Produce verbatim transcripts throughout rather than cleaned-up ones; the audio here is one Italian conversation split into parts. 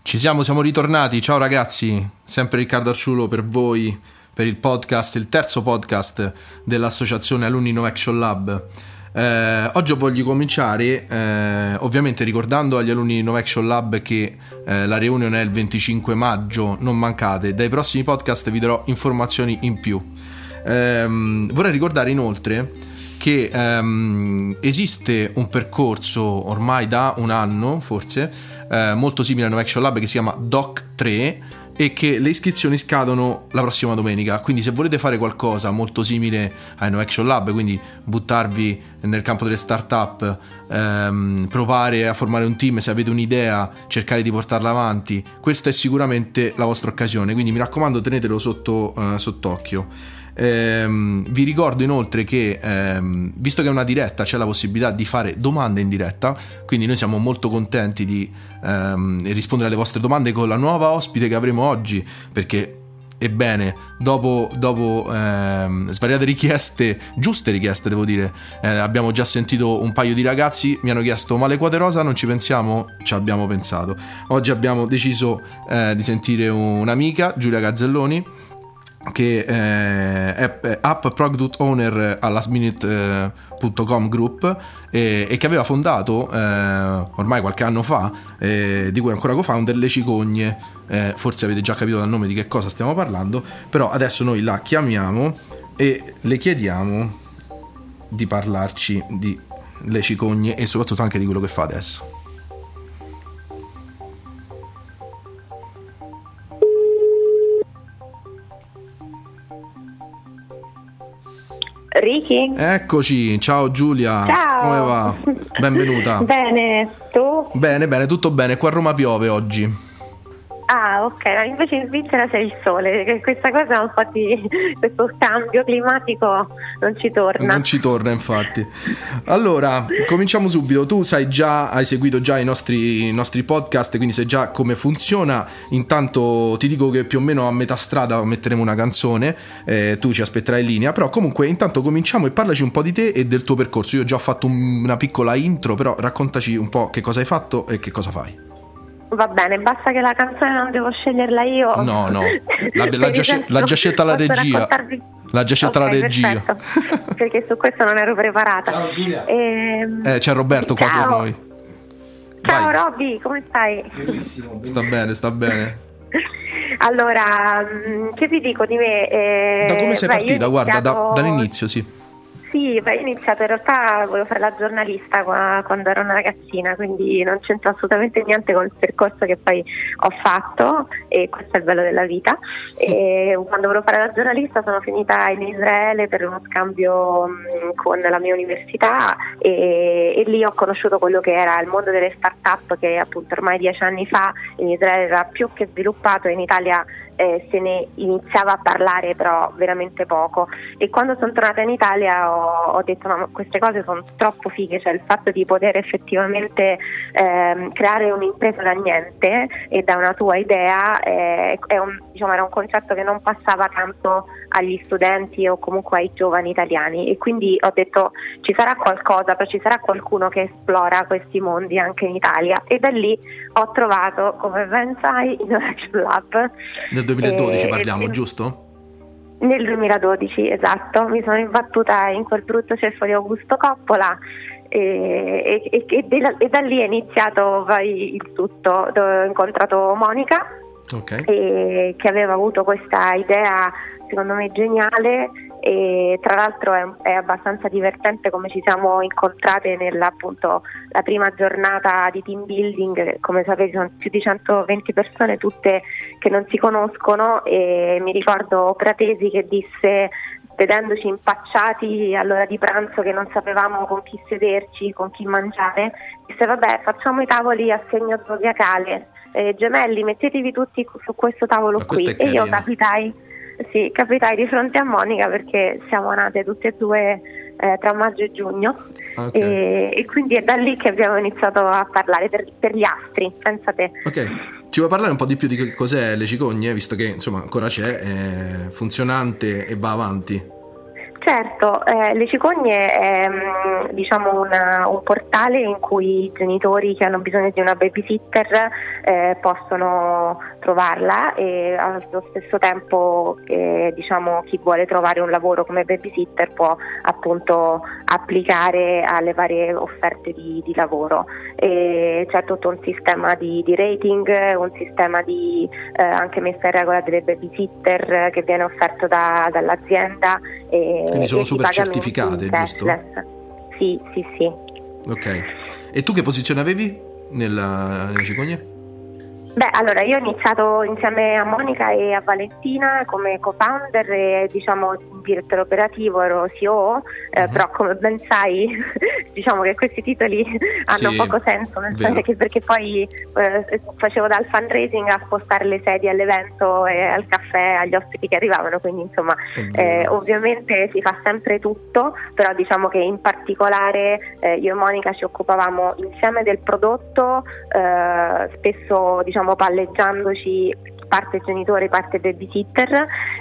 Ci siamo, siamo ritornati. Ciao ragazzi, sempre Riccardo Arciulo per voi, per il podcast, il terzo podcast dell'associazione Alunni Innovation Lab. Eh, oggi voglio cominciare eh, ovviamente ricordando agli Alunni Innovation Lab che eh, la riunione è il venticinque maggio, non mancate. Dai prossimi podcast vi darò informazioni in più. Eh, vorrei ricordare inoltre che ehm, esiste un percorso ormai da un anno forse eh, molto simile a Innovation Lab che si chiama D O C tre e che le iscrizioni scadono la prossima domenica, quindi se volete fare qualcosa molto simile a Innovation Lab, quindi buttarvi nel campo delle startup, ehm, provare a formare un team, se avete un'idea cercare di portarla avanti, questa è sicuramente la vostra occasione, quindi mi raccomando tenetelo sotto eh, sott'occhio. Ehm, vi ricordo inoltre che ehm, visto che è una diretta c'è la possibilità di fare domande in diretta, quindi noi siamo molto contenti di ehm, rispondere alle vostre domande con la nuova ospite che avremo oggi, perché ebbene dopo, dopo ehm, svariate richieste, giuste richieste devo dire, eh, abbiamo già sentito un paio di ragazzi mi hanno chiesto ma le quote rosa non ci pensiamo? Ci abbiamo pensato. Oggi abbiamo deciso eh, di sentire un'amica, Giulia Gazzelloni, che eh, è app product owner alla last minute punto com group e, e che aveva fondato eh, ormai qualche anno fa, eh, di cui è ancora co-founder, Le Cicogne. Eh, forse avete già capito dal nome di che cosa stiamo parlando, però adesso noi la chiamiamo e le chiediamo di parlarci di Le Cicogne e soprattutto anche di quello che fa adesso. Ricky. Eccoci, ciao Giulia. Ciao. Come va? Benvenuta. Bene, tu? Bene, bene, tutto bene. Qua a Roma piove oggi. Ah, ok, invece in Svizzera c'è il sole, che questa cosa un po' di questo scambio climatico non ci torna. Non ci torna, infatti. Allora, cominciamo subito. Tu sai già, hai seguito già i nostri, i nostri podcast, quindi sai già come funziona. Intanto ti dico che più o meno a metà strada metteremo una canzone, eh, tu ci aspetterai in linea, però comunque intanto cominciamo e parlaci un po' di te e del tuo percorso. Io ho già fatto un, una piccola intro, però raccontaci un po' che cosa hai fatto e che cosa fai. Va bene, basta che la canzone non devo sceglierla io. No, no, l'ha, l'ha, già, l'ha già scelta la regia. Raccontarvi... L'ha già scelta okay, la regia. Perché su questo non ero preparata. Ciao Giulia. E... Eh, c'è Roberto qua Ciao. con noi. Ciao Vai. Robby, come stai? Benissimo, benissimo. Sta bene, sta bene. Allora, che ti dico di me? Eh, da come sei beh, partita? iniziato... Guarda, da, dall'inizio, sì. Sì, beh, ho iniziato, in realtà volevo fare la giornalista quando ero una ragazzina, quindi non c'entra assolutamente niente con il percorso che poi ho fatto e questo è il bello della vita. E quando volevo fare la giornalista sono finita in Israele per uno scambio mh, con la mia università e, e lì ho conosciuto quello che era il mondo delle start-up, che appunto ormai dieci anni fa in Israele era più che sviluppato, in Italia eh, se ne iniziava a parlare però veramente poco, e quando sono tornata in Italia ho ho detto ma queste cose sono troppo fighe, cioè il fatto di poter effettivamente ehm, creare un'impresa da niente e da una tua idea eh, è un, diciamo, era un concetto che non passava tanto agli studenti o comunque ai giovani italiani, e quindi ho detto ci sarà qualcosa, però ci sarà qualcuno che esplora questi mondi anche in Italia, e da lì ho trovato, come ben sai, Innovation Lab. Nel duemiladodici e, parliamo, e, giusto? Nel duemiladodici, esatto, mi sono imbattuta in quel brutto ceffo di Augusto Coppola e, e, e, de, e da lì è iniziato poi il tutto. Ho incontrato Monica, okay. e, che aveva avuto questa idea secondo me geniale, e tra l'altro è, è abbastanza divertente come ci siamo incontrate nella appunto la prima giornata di team building. Come sapete sono più di centoventi persone, tutte che non si conoscono, e mi ricordo Pratesi che disse, vedendoci impacciati all'ora di pranzo che non sapevamo con chi sederci, con chi mangiare, disse vabbè facciamo i tavoli a segno zodiacale, eh, gemelli mettetevi tutti su questo tavolo qui, e io capitai Sì, capitai di fronte a Monica perché siamo nate tutte e due eh, tra maggio e giugno, okay. e, e quindi è da lì che abbiamo iniziato a parlare per, per gli astri, pensa te. Ok, ci vuoi parlare un po' di più di che cos'è Le Cicogne, visto che insomma ancora c'è, è funzionante e va avanti? Certo, eh, Le Cicogne è diciamo una, un portale in cui i genitori che hanno bisogno di una babysitter eh, possono trovarla, e allo stesso tempo eh, diciamo chi vuole trovare un lavoro come babysitter può appunto applicare alle varie offerte di, di lavoro. E c'è tutto un sistema di, di rating, un sistema di eh, anche messa in regola delle babysitter che viene offerto da, dall'azienda. E, Quindi sono e super certificate, giusto? Sì, sì, sì. Ok. E tu che posizione avevi nella, nelle Cicogne? Beh, allora io ho iniziato insieme a Monica e a Valentina come co-founder e diciamo direttore operativo, ero C E O, eh, uh-huh. Però come ben sai diciamo che questi titoli hanno sì, poco senso, nel senso che perché poi eh, facevo dal fundraising a spostare le sedie all'evento e al caffè agli ospiti che arrivavano, quindi insomma eh, ovviamente si fa sempre tutto, però diciamo che in particolare eh, io e Monica ci occupavamo insieme del prodotto, eh, spesso diciamo palleggiandoci parte genitore, parte babysitter,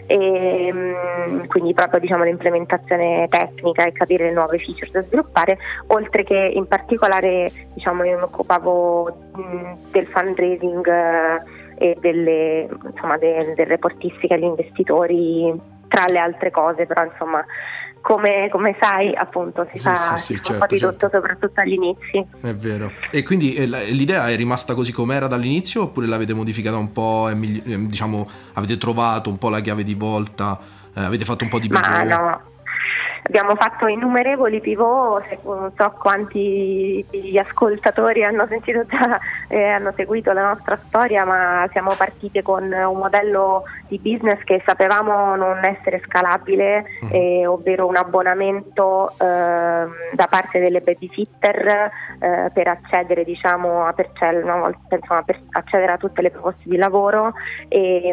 e mh, quindi proprio diciamo l'implementazione tecnica e capire le nuove feature da sviluppare, oltre che in particolare diciamo io mi occupavo mh, del fundraising eh, e delle, insomma, de, delle reportistiche agli investitori, tra le altre cose, però insomma Come, come sai appunto si sì, fa, sì, si sì, fa certo, un po' di certo. tutto, soprattutto agli inizi. È vero. E quindi eh, l'idea è rimasta così com'era dall'inizio, oppure l'avete modificata un po' e migli- diciamo avete trovato un po' la chiave di volta, eh, avete fatto un po' di Ma pivot? no, abbiamo fatto innumerevoli pivot, non so quanti gli ascoltatori hanno sentito già, eh, hanno seguito la nostra storia, ma siamo partite con un modello di business che sapevamo non essere scalabile, uh-huh. eh, ovvero un abbonamento eh, da parte delle babysitter eh, per accedere diciamo a Percel, una volta, insomma, per accedere a tutte le proposte di lavoro, e,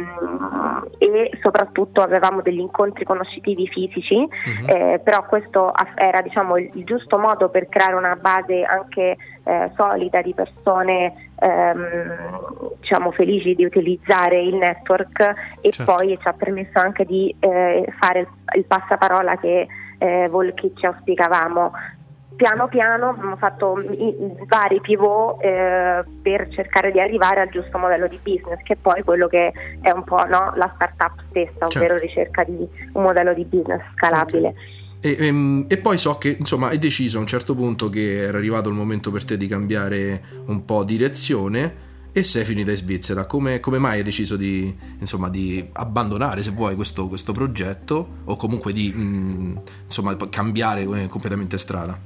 mh, e soprattutto avevamo degli incontri conoscitivi fisici. Uh-huh. Eh, però questo era diciamo il, il giusto modo per creare una base anche eh, solida di persone ehm, diciamo felici di utilizzare il network, e certo. Poi ci ha permesso anche di eh, fare il, il passaparola che eh, Volki ci auspicavamo. Piano piano abbiamo fatto i, i vari pivot eh, per cercare di arrivare al giusto modello di business, che è poi quello che è un po' no, la startup stessa, ovvero certo. ricerca di un modello di business scalabile. Okay. E, e, e poi so che insomma hai deciso a un certo punto che era arrivato il momento per te di cambiare un po' direzione e sei finita in Svizzera. Come, come mai hai deciso di, insomma, di abbandonare, se vuoi, questo, questo progetto, o comunque di mh, insomma cambiare completamente strada?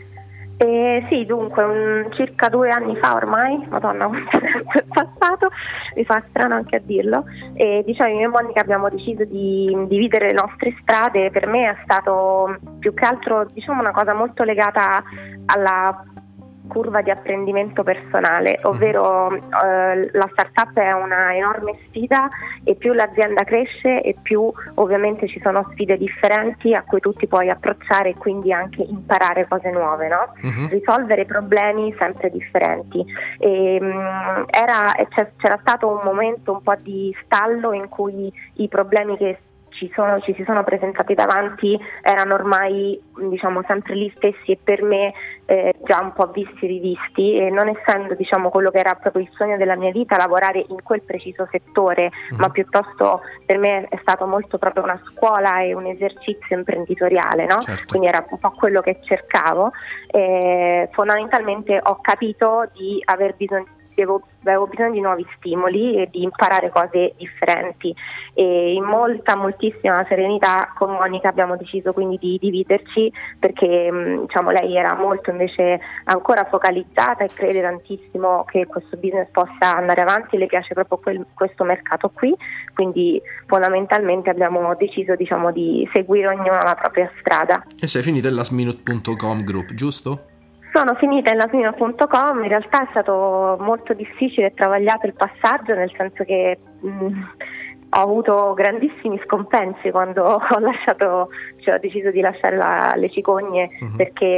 Eh, sì, dunque, un, circa due anni fa ormai, madonna quanto tempo è passato, mi fa strano anche a dirlo, e diciamo io e Monica abbiamo deciso di dividere le nostre strade. Per me è stato più che altro diciamo una cosa molto legata alla curva di apprendimento personale, ovvero eh, la startup è una enorme sfida, e più l'azienda cresce e più ovviamente ci sono sfide differenti a cui tu ti puoi approcciare e quindi anche imparare cose nuove, no? Uh-huh. Risolvere problemi sempre differenti. E, mh, era, c'era stato un momento un po' di stallo in cui i problemi che Ci, sono, ci si sono presentati davanti erano ormai diciamo sempre gli stessi, e per me eh, già un po' visti rivisti, e non essendo diciamo quello che era proprio il sogno della mia vita lavorare in quel preciso settore, mm. ma piuttosto per me è stato molto proprio una scuola e un esercizio imprenditoriale, no? Certo. Quindi era un po' quello che cercavo, e fondamentalmente ho capito di aver bisogno Avevo, avevo bisogno di nuovi stimoli e di imparare cose differenti, e in molta moltissima serenità con Monica abbiamo deciso quindi di dividerci, perché diciamo lei era molto invece ancora focalizzata e crede tantissimo che questo business possa andare avanti, le piace proprio quel, questo mercato qui, quindi fondamentalmente abbiamo deciso diciamo di seguire ognuno la propria strada. E sei finita in last minute punto com Group, giusto? Sono finita in lastminute punto com, in realtà è stato molto difficile e travagliato il passaggio, nel senso che mh, ho avuto grandissimi scompensi quando ho lasciato, cioè ho deciso di lasciare la, le Cicogne, uh-huh. perché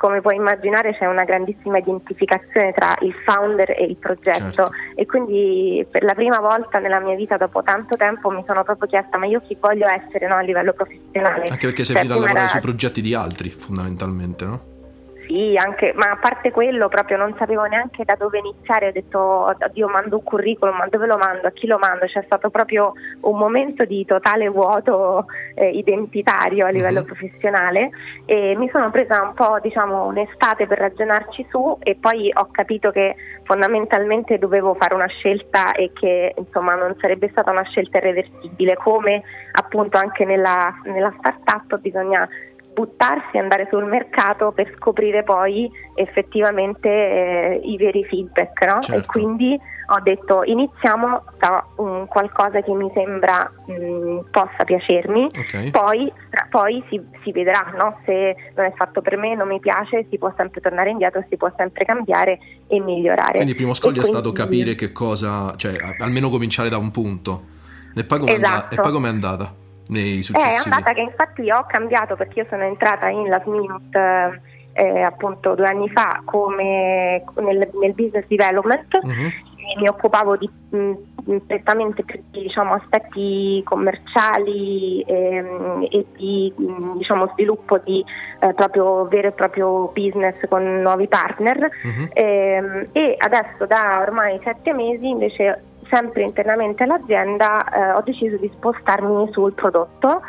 come puoi immaginare c'è una grandissima identificazione tra il founder e il progetto, certo. E quindi per la prima volta nella mia vita dopo tanto tempo mi sono proprio chiesta ma io chi voglio essere, no, a livello professionale. Anche perché sei cioè, finita a lavorare era... su progetti di altri fondamentalmente, no? Sì, anche, ma a parte quello proprio non sapevo neanche da dove iniziare, ho detto oddio mando un curriculum, ma dove lo mando, a chi lo mando, c'è stato proprio un momento di totale vuoto eh, identitario a livello uh-huh. professionale, e mi sono presa un po', diciamo, un'estate per ragionarci su, e poi ho capito che fondamentalmente dovevo fare una scelta e che insomma non sarebbe stata una scelta irreversibile, come appunto anche nella, nella startup bisogna buttarsi e andare sul mercato per scoprire poi effettivamente eh, i veri feedback, no? Certo. E quindi ho detto iniziamo da un qualcosa che mi sembra mh, possa piacermi, okay. poi, poi si, si vedrà, no? Se non è fatto per me, non mi piace, si può sempre tornare indietro, si può sempre cambiare e migliorare. Quindi il primo scoglio e è quindi... stato capire che cosa, cioè almeno cominciare da un punto, e poi come esatto. è andata? Nei È successivi. andata che infatti ho cambiato, perché io sono entrata in Last Minute eh, appunto due anni fa come nel, nel business development, uh-huh. e mi occupavo di mh, prettamente di, diciamo, aspetti commerciali ehm, e di mh, diciamo sviluppo di eh, proprio vero e proprio business con nuovi partner, uh-huh. ehm, e adesso da ormai sette mesi invece, sempre internamente all'azienda, eh, ho deciso di spostarmi sul prodotto,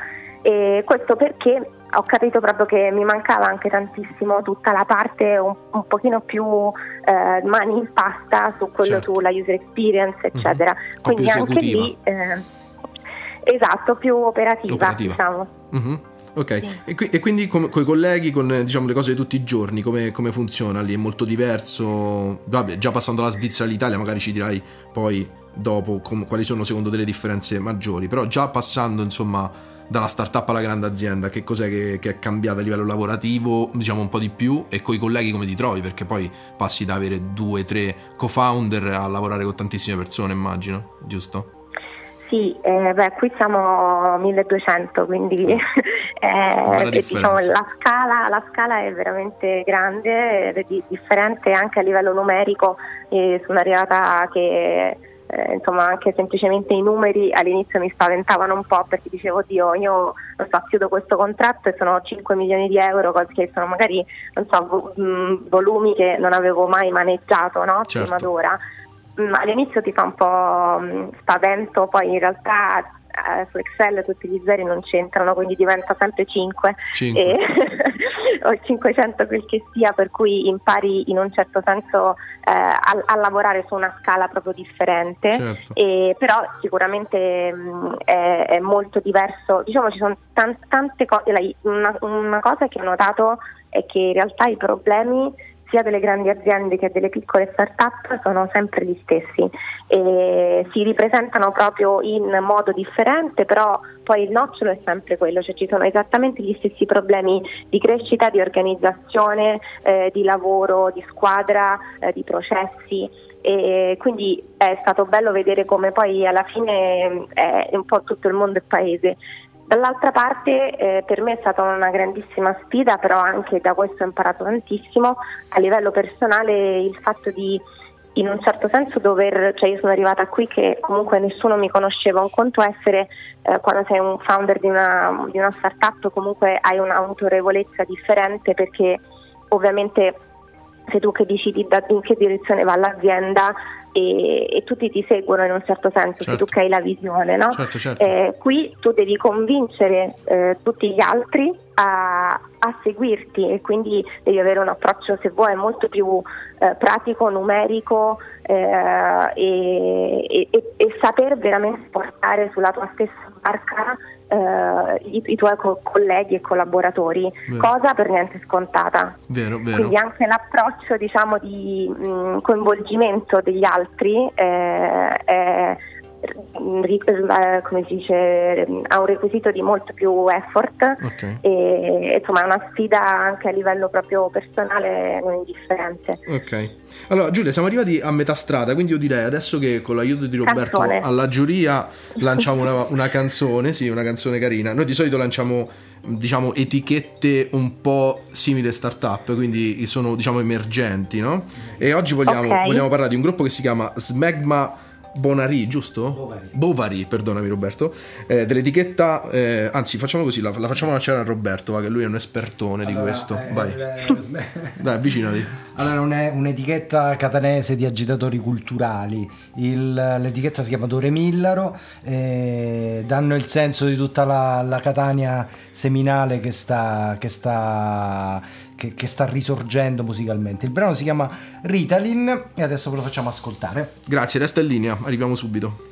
e questo perché ho capito proprio che mi mancava anche tantissimo tutta la parte un, un pochino più eh, mani in pasta su quello, certo. sulla user experience eccetera, uh-huh. quindi più anche lì eh, esatto, più operativa, operativa. diciamo. Uh-huh. Ok, sì. e, qui, e quindi con i colleghi, con diciamo le cose di tutti i giorni, come, come funziona lì? È molto diverso? Vabbè, già passando dalla Svizzera all'Italia magari ci dirai poi dopo com- quali sono secondo te le differenze maggiori, però già passando insomma dalla startup alla grande azienda, che cos'è che, che è cambiato a livello lavorativo, diciamo un po' di più, e coi colleghi come ti trovi, perché poi passi da avere due, tre co-founder a lavorare con tantissime persone, immagino, giusto? Sì, eh, beh, qui siamo milleduecento, quindi eh, diciamo, la, scala, la scala è veramente grande, è di, differente anche a livello numerico, e sono arrivata che eh, insomma anche semplicemente i numeri all'inizio mi spaventavano un po', perché dicevo Dio, io non so, chiudo questo contratto e sono cinque milioni di euro, cose che sono magari non so, vo- mh, volumi che non avevo mai maneggiato, no? Certo. Prima d'ora. All'inizio ti fa un po' spavento, poi in realtà eh, su Excel tutti gli zeri non c'entrano, quindi diventa sempre cinque, e, o cinquecento quel che sia, per cui impari in un certo senso eh, a, a lavorare su una scala proprio differente, certo. E, però sicuramente mh, è, è molto diverso, diciamo ci sono tan- tante cose. Una, una cosa che ho notato è che in realtà i problemi sia delle grandi aziende che delle piccole start-up sono sempre gli stessi, e si ripresentano proprio in modo differente, però poi il nocciolo è sempre quello, cioè ci sono esattamente gli stessi problemi di crescita, di organizzazione, eh, di lavoro, di squadra, eh, di processi, e quindi è stato bello vedere come poi alla fine è un po' tutto il mondo è paese. Dall'altra parte eh, per me è stata una grandissima sfida, però anche da questo ho imparato tantissimo a livello personale, il fatto di in un certo senso dover, cioè io sono arrivata qui che comunque nessuno mi conosceva. Un conto essere eh, quando sei un founder di una, di una startup, comunque hai un'autorevolezza differente, perché ovviamente sei tu che decidi da, in che direzione va l'azienda, e, e tutti ti seguono in un certo senso, certo. Se tu che hai la visione, no? Certo, certo. Eh, qui tu devi convincere eh, tutti gli altri a, a seguirti, e quindi devi avere un approccio, se vuoi, molto più eh, pratico, numerico, eh, e, e, e saper veramente portare sulla tua stessa barca Uh, i, i tuoi co- colleghi e collaboratori, vero. Cosa per niente scontata. Vero, vero. Quindi anche l'approccio, diciamo, di mh, coinvolgimento degli altri eh, è come si dice, ha un requisito di molto più effort, okay. E insomma è una sfida anche a livello proprio personale non indifferente. Ok, allora Giulia, siamo arrivati a metà strada, quindi io direi adesso che con l'aiuto di Roberto canzone. alla giuria lanciamo una, una canzone, sì, una canzone carina. Noi di solito lanciamo, diciamo, etichette un po' simili a startup, quindi sono, diciamo, emergenti, no? E oggi vogliamo, okay. vogliamo parlare di un gruppo che si chiama Smegma Bonari, giusto? Bovary, Bovary perdonami Roberto, eh, dell'etichetta, eh, anzi facciamo così, la, la facciamo lanciare a Roberto, va, che lui è un espertone allora, di questo, eh, vai eh, dai, avvicinati. Allora, un, un'etichetta catanese di agitatori culturali. Il, l'etichetta si chiama Dore Millaro, eh, danno il senso di tutta la, la Catania seminale che sta che sta che, che sta risorgendo musicalmente. Il brano si chiama Ritalin e adesso ve lo facciamo ascoltare. Grazie, resta in linea, arriviamo subito.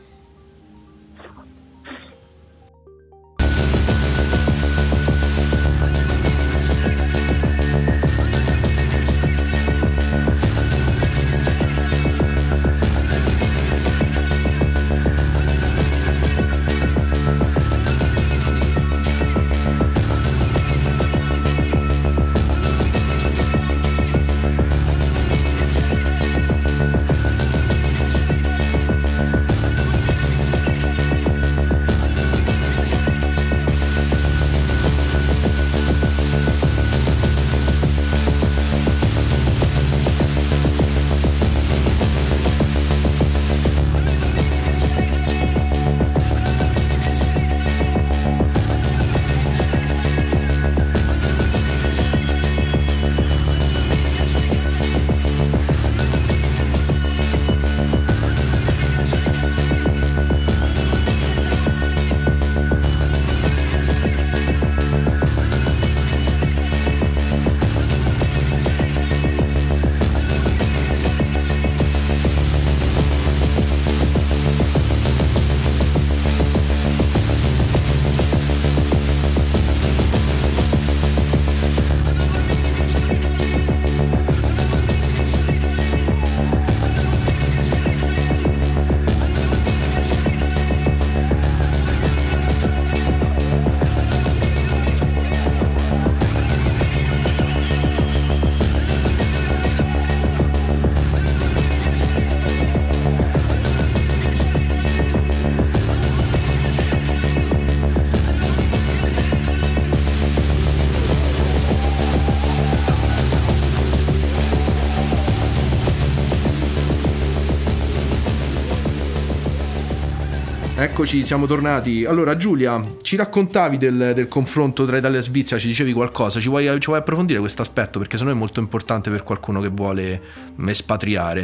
Eccoci, siamo tornati. Allora Giulia, ci raccontavi del, del confronto tra Italia e Svizzera, ci dicevi qualcosa, ci vuoi, ci vuoi approfondire questo aspetto? Perché secondo me è molto importante per qualcuno che vuole espatriare.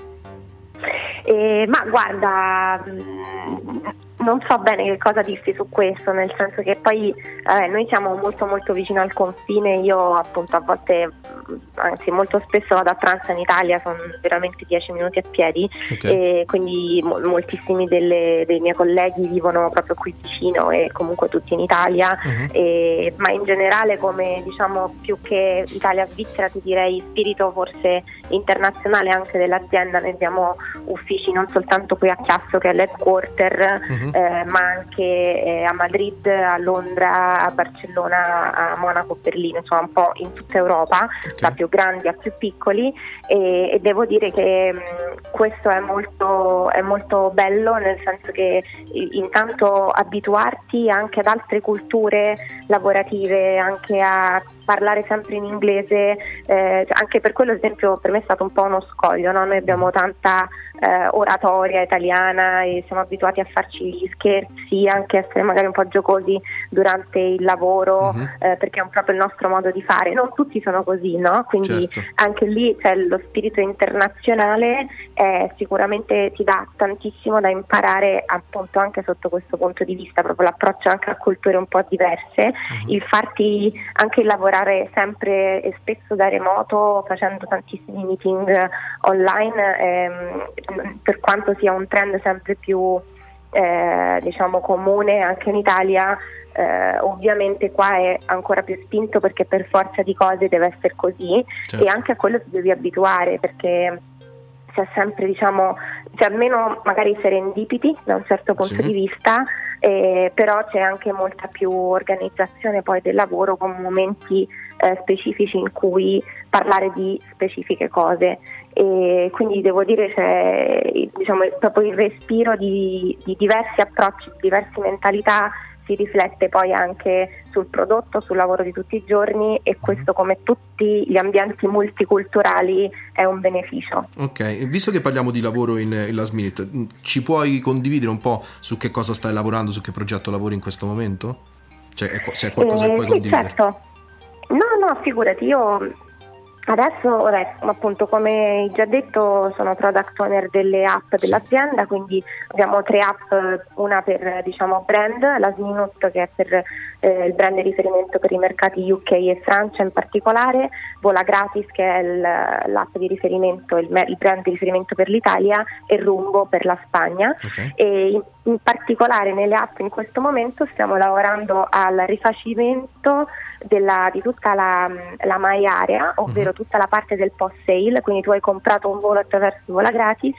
Eh, ma guarda, non so bene che cosa dirti su questo, nel senso che poi eh, noi siamo molto molto vicino al confine. Io appunto a volte, anzi molto spesso vado a Trans in Italia, sono veramente dieci minuti a piedi, okay. E quindi mo- moltissimi delle, dei miei colleghi vivono proprio qui vicino e comunque tutti in Italia, uh-huh. e, ma in generale, come diciamo, più che Italia-Svizzera ti direi spirito forse internazionale anche dell'azienda. Noi abbiamo uffici non soltanto qui a Chiasso, che è l'headquarter, uh-huh. eh, ma anche eh, a Madrid, a Londra, a Barcellona, a Monaco, Berlino, insomma un po' in tutta Europa, okay. Da più grandi a più piccoli, e, e devo dire che mh, questo è molto, è molto bello, nel senso che intanto abituarti anche ad altre culture lavorative, anche a parlare sempre in inglese, eh, anche per quello ad esempio per me è stato un po' uno scoglio, no? Noi abbiamo tanta eh, oratoria italiana e siamo abituati a farci gli scherzi, anche essere magari un po' giocosi durante il lavoro, uh-huh. eh, perché è un proprio il nostro modo di fare. Non tutti sono così, no? Quindi certo. Anche lì c'è lo spirito internazionale, eh, sicuramente ti dà tantissimo da imparare, appunto anche sotto questo punto di vista, proprio l'approccio anche a culture un po' diverse, uh-huh. Il farti anche il lavoro sempre e spesso da remoto, facendo tantissimi meeting online, ehm, per quanto sia un trend sempre più eh, diciamo comune anche in Italia, eh, ovviamente qua è ancora più spinto perché per forza di cose deve essere così, certo. E anche a quello ti devi abituare, perché c'è sempre, diciamo, cioè almeno magari serendipiti da un certo punto Sì. di vista, eh, però c'è anche molta più organizzazione poi del lavoro, con momenti eh, specifici in cui parlare di specifiche cose, e quindi devo dire c'è, diciamo, proprio il respiro di, di diversi approcci, di diverse mentalità, si riflette poi anche sul prodotto, sul lavoro di tutti i giorni, e questo, come tutti gli ambienti multiculturali, è un beneficio. Ok, visto che parliamo di lavoro in, in last minute, ci puoi condividere un po' su che cosa stai lavorando, su che progetto lavori in questo momento? Cioè, se è qualcosa eh, che puoi sì, condividere. Certo. No, no, figurati, io adesso, vabbè, appunto, come hai già detto, sono product owner delle app dell'azienda, quindi abbiamo tre app, una per, diciamo, brand, Last Minute, che è per eh, il brand di riferimento per i mercati U K e Francia in particolare, Vola Gratis, che è il, l'app di riferimento, il, il brand di riferimento per l'Italia, e Rumbo per la Spagna. Okay. E in, in particolare nelle app in questo momento stiamo lavorando al rifacimento della, di tutta la, la My Area, ovvero uh-huh. tutta la parte del post sale, quindi tu hai comprato un volo attraverso Vola Gratis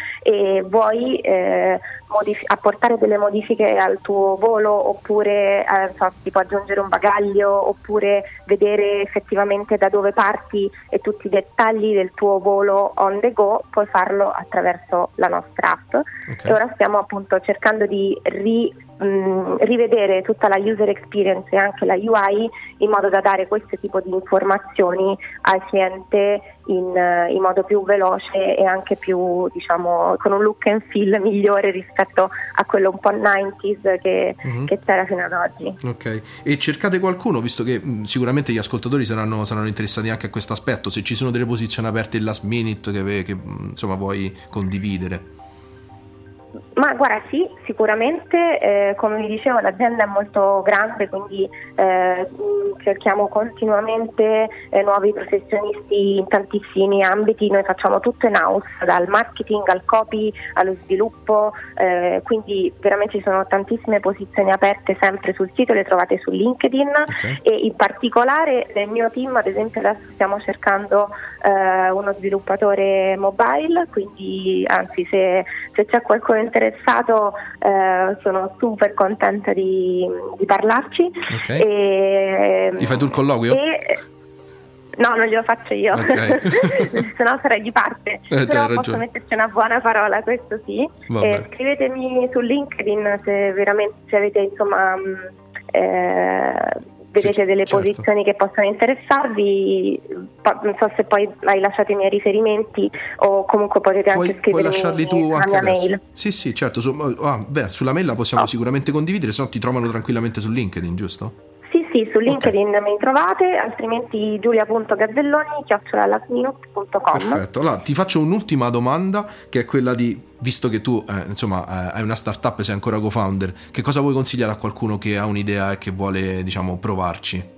e vuoi eh, modif- apportare delle modifiche al tuo volo, oppure eh, so, tipo aggiungere un bagaglio, oppure vedere effettivamente da dove parti e tutti i dettagli del tuo volo on the go, puoi farlo attraverso la nostra app. Okay. E ora stiamo appunto cercando di ri rivedere tutta la user experience e anche la U I, in modo da dare questo tipo di informazioni al cliente in, in modo più veloce e anche più, diciamo, con un look and feel migliore rispetto a quello un po' novanta che, uh-huh. che c'era fino ad oggi. Ok, e cercate qualcuno, visto che mh, sicuramente gli ascoltatori saranno, saranno interessati anche a questo aspetto, se ci sono delle posizioni aperte in last minute che, che insomma vuoi condividere? Ma guarda, sì, sicuramente, eh, come vi dicevo, l'azienda è molto grande, quindi eh, cerchiamo continuamente eh, nuovi professionisti in tantissimi ambiti. Noi facciamo tutto in house, dal marketing al copy allo sviluppo, eh, quindi veramente ci sono tantissime posizioni aperte sempre sul sito, le trovate su LinkedIn. Okay. E in particolare nel mio team, ad esempio, adesso stiamo cercando eh, uno sviluppatore mobile, quindi anzi se, se c'è qualcuno interessato eh, sono super contenta di, di parlarci. Okay. E, gli fai tu il colloquio? E, no, non glielo faccio io, okay. Se no sarei di parte, eh, però posso metterci una buona parola, questo sì. E scrivetemi su LinkedIn se veramente se avete insomma eh, vedete sì, delle certo. posizioni che possono interessarvi. Non so se poi hai lasciato i miei riferimenti, o comunque potete puoi, anche scrivermi puoi lasciarli tu la anche mia adesso. mail. Sì, sì, certo. Su, ah, beh, sulla mail la possiamo oh. sicuramente condividere, se no ti trovano tranquillamente su LinkedIn, giusto? Sì, sì, su LinkedIn okay. mi trovate, altrimenti giulia punto gazzelloni chiocciola last minute punto com. Perfetto. Allora ti faccio un'ultima domanda, che è quella di, visto che tu eh, insomma eh, hai una startup e sei ancora co-founder, che cosa vuoi consigliare a qualcuno che ha un'idea e che vuole, diciamo, provarci?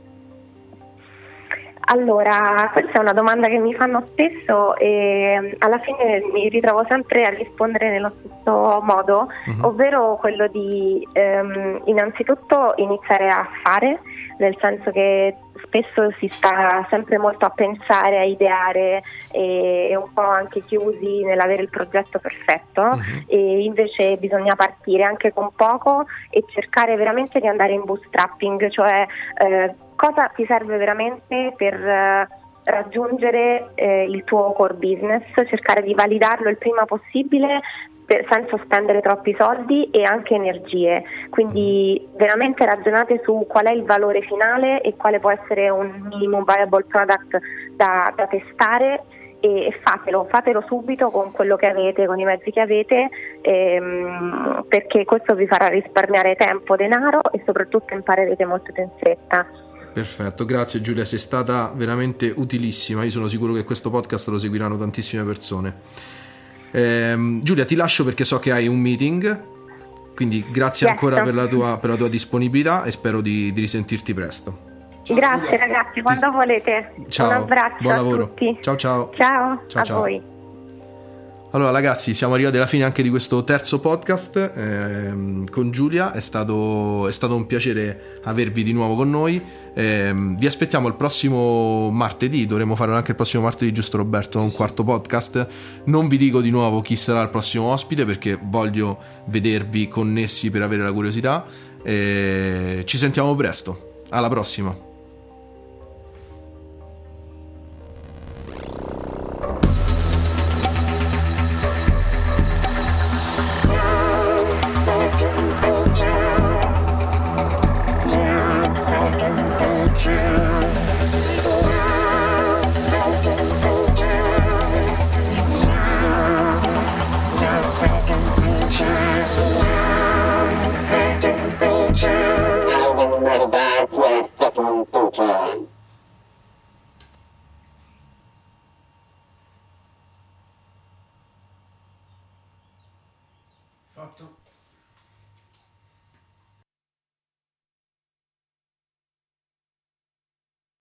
Allora, questa è una domanda che mi fanno spesso e alla fine mi ritrovo sempre a rispondere nello stesso modo, uh-huh. ovvero quello di um, innanzitutto iniziare a fare, nel senso che spesso si sta sempre molto a pensare, a ideare e, e un po' anche chiusi nell'avere il progetto perfetto, uh-huh. e invece bisogna partire anche con poco e cercare veramente di andare in bootstrapping, cioè eh, cosa ti serve veramente per uh, raggiungere eh, il tuo core business, cercare di validarlo il prima possibile per, senza spendere troppi soldi e anche energie, quindi veramente ragionate su qual è il valore finale e quale può essere un minimum viable product da, da testare, e, e fatelo, fatelo subito con quello che avete, con i mezzi che avete, ehm, perché questo vi farà risparmiare tempo, denaro e soprattutto imparerete molto in fretta. Perfetto, grazie Giulia, sei stata veramente utilissima. Io sono sicuro che questo podcast lo seguiranno tantissime persone. eh, Giulia, ti lascio perché so che hai un meeting, quindi grazie yes. ancora per la tua, per la tua disponibilità, e spero di, di risentirti presto. Ciao, grazie Giulia. Ragazzi, quando ti... volete. Ciao, un abbraccio buon a lavoro. tutti. Ciao ciao. Ciao, ciao, a ciao. voi. Allora ragazzi, siamo arrivati alla fine anche di questo terzo podcast ehm, con Giulia, è stato, è stato un piacere avervi di nuovo con noi. ehm, vi aspettiamo il prossimo martedì, dovremo fare anche il prossimo martedì, giusto Roberto, un quarto podcast. Non vi dico di nuovo chi sarà il prossimo ospite perché voglio vedervi connessi per avere la curiosità. E ci sentiamo presto, alla prossima. Fatto.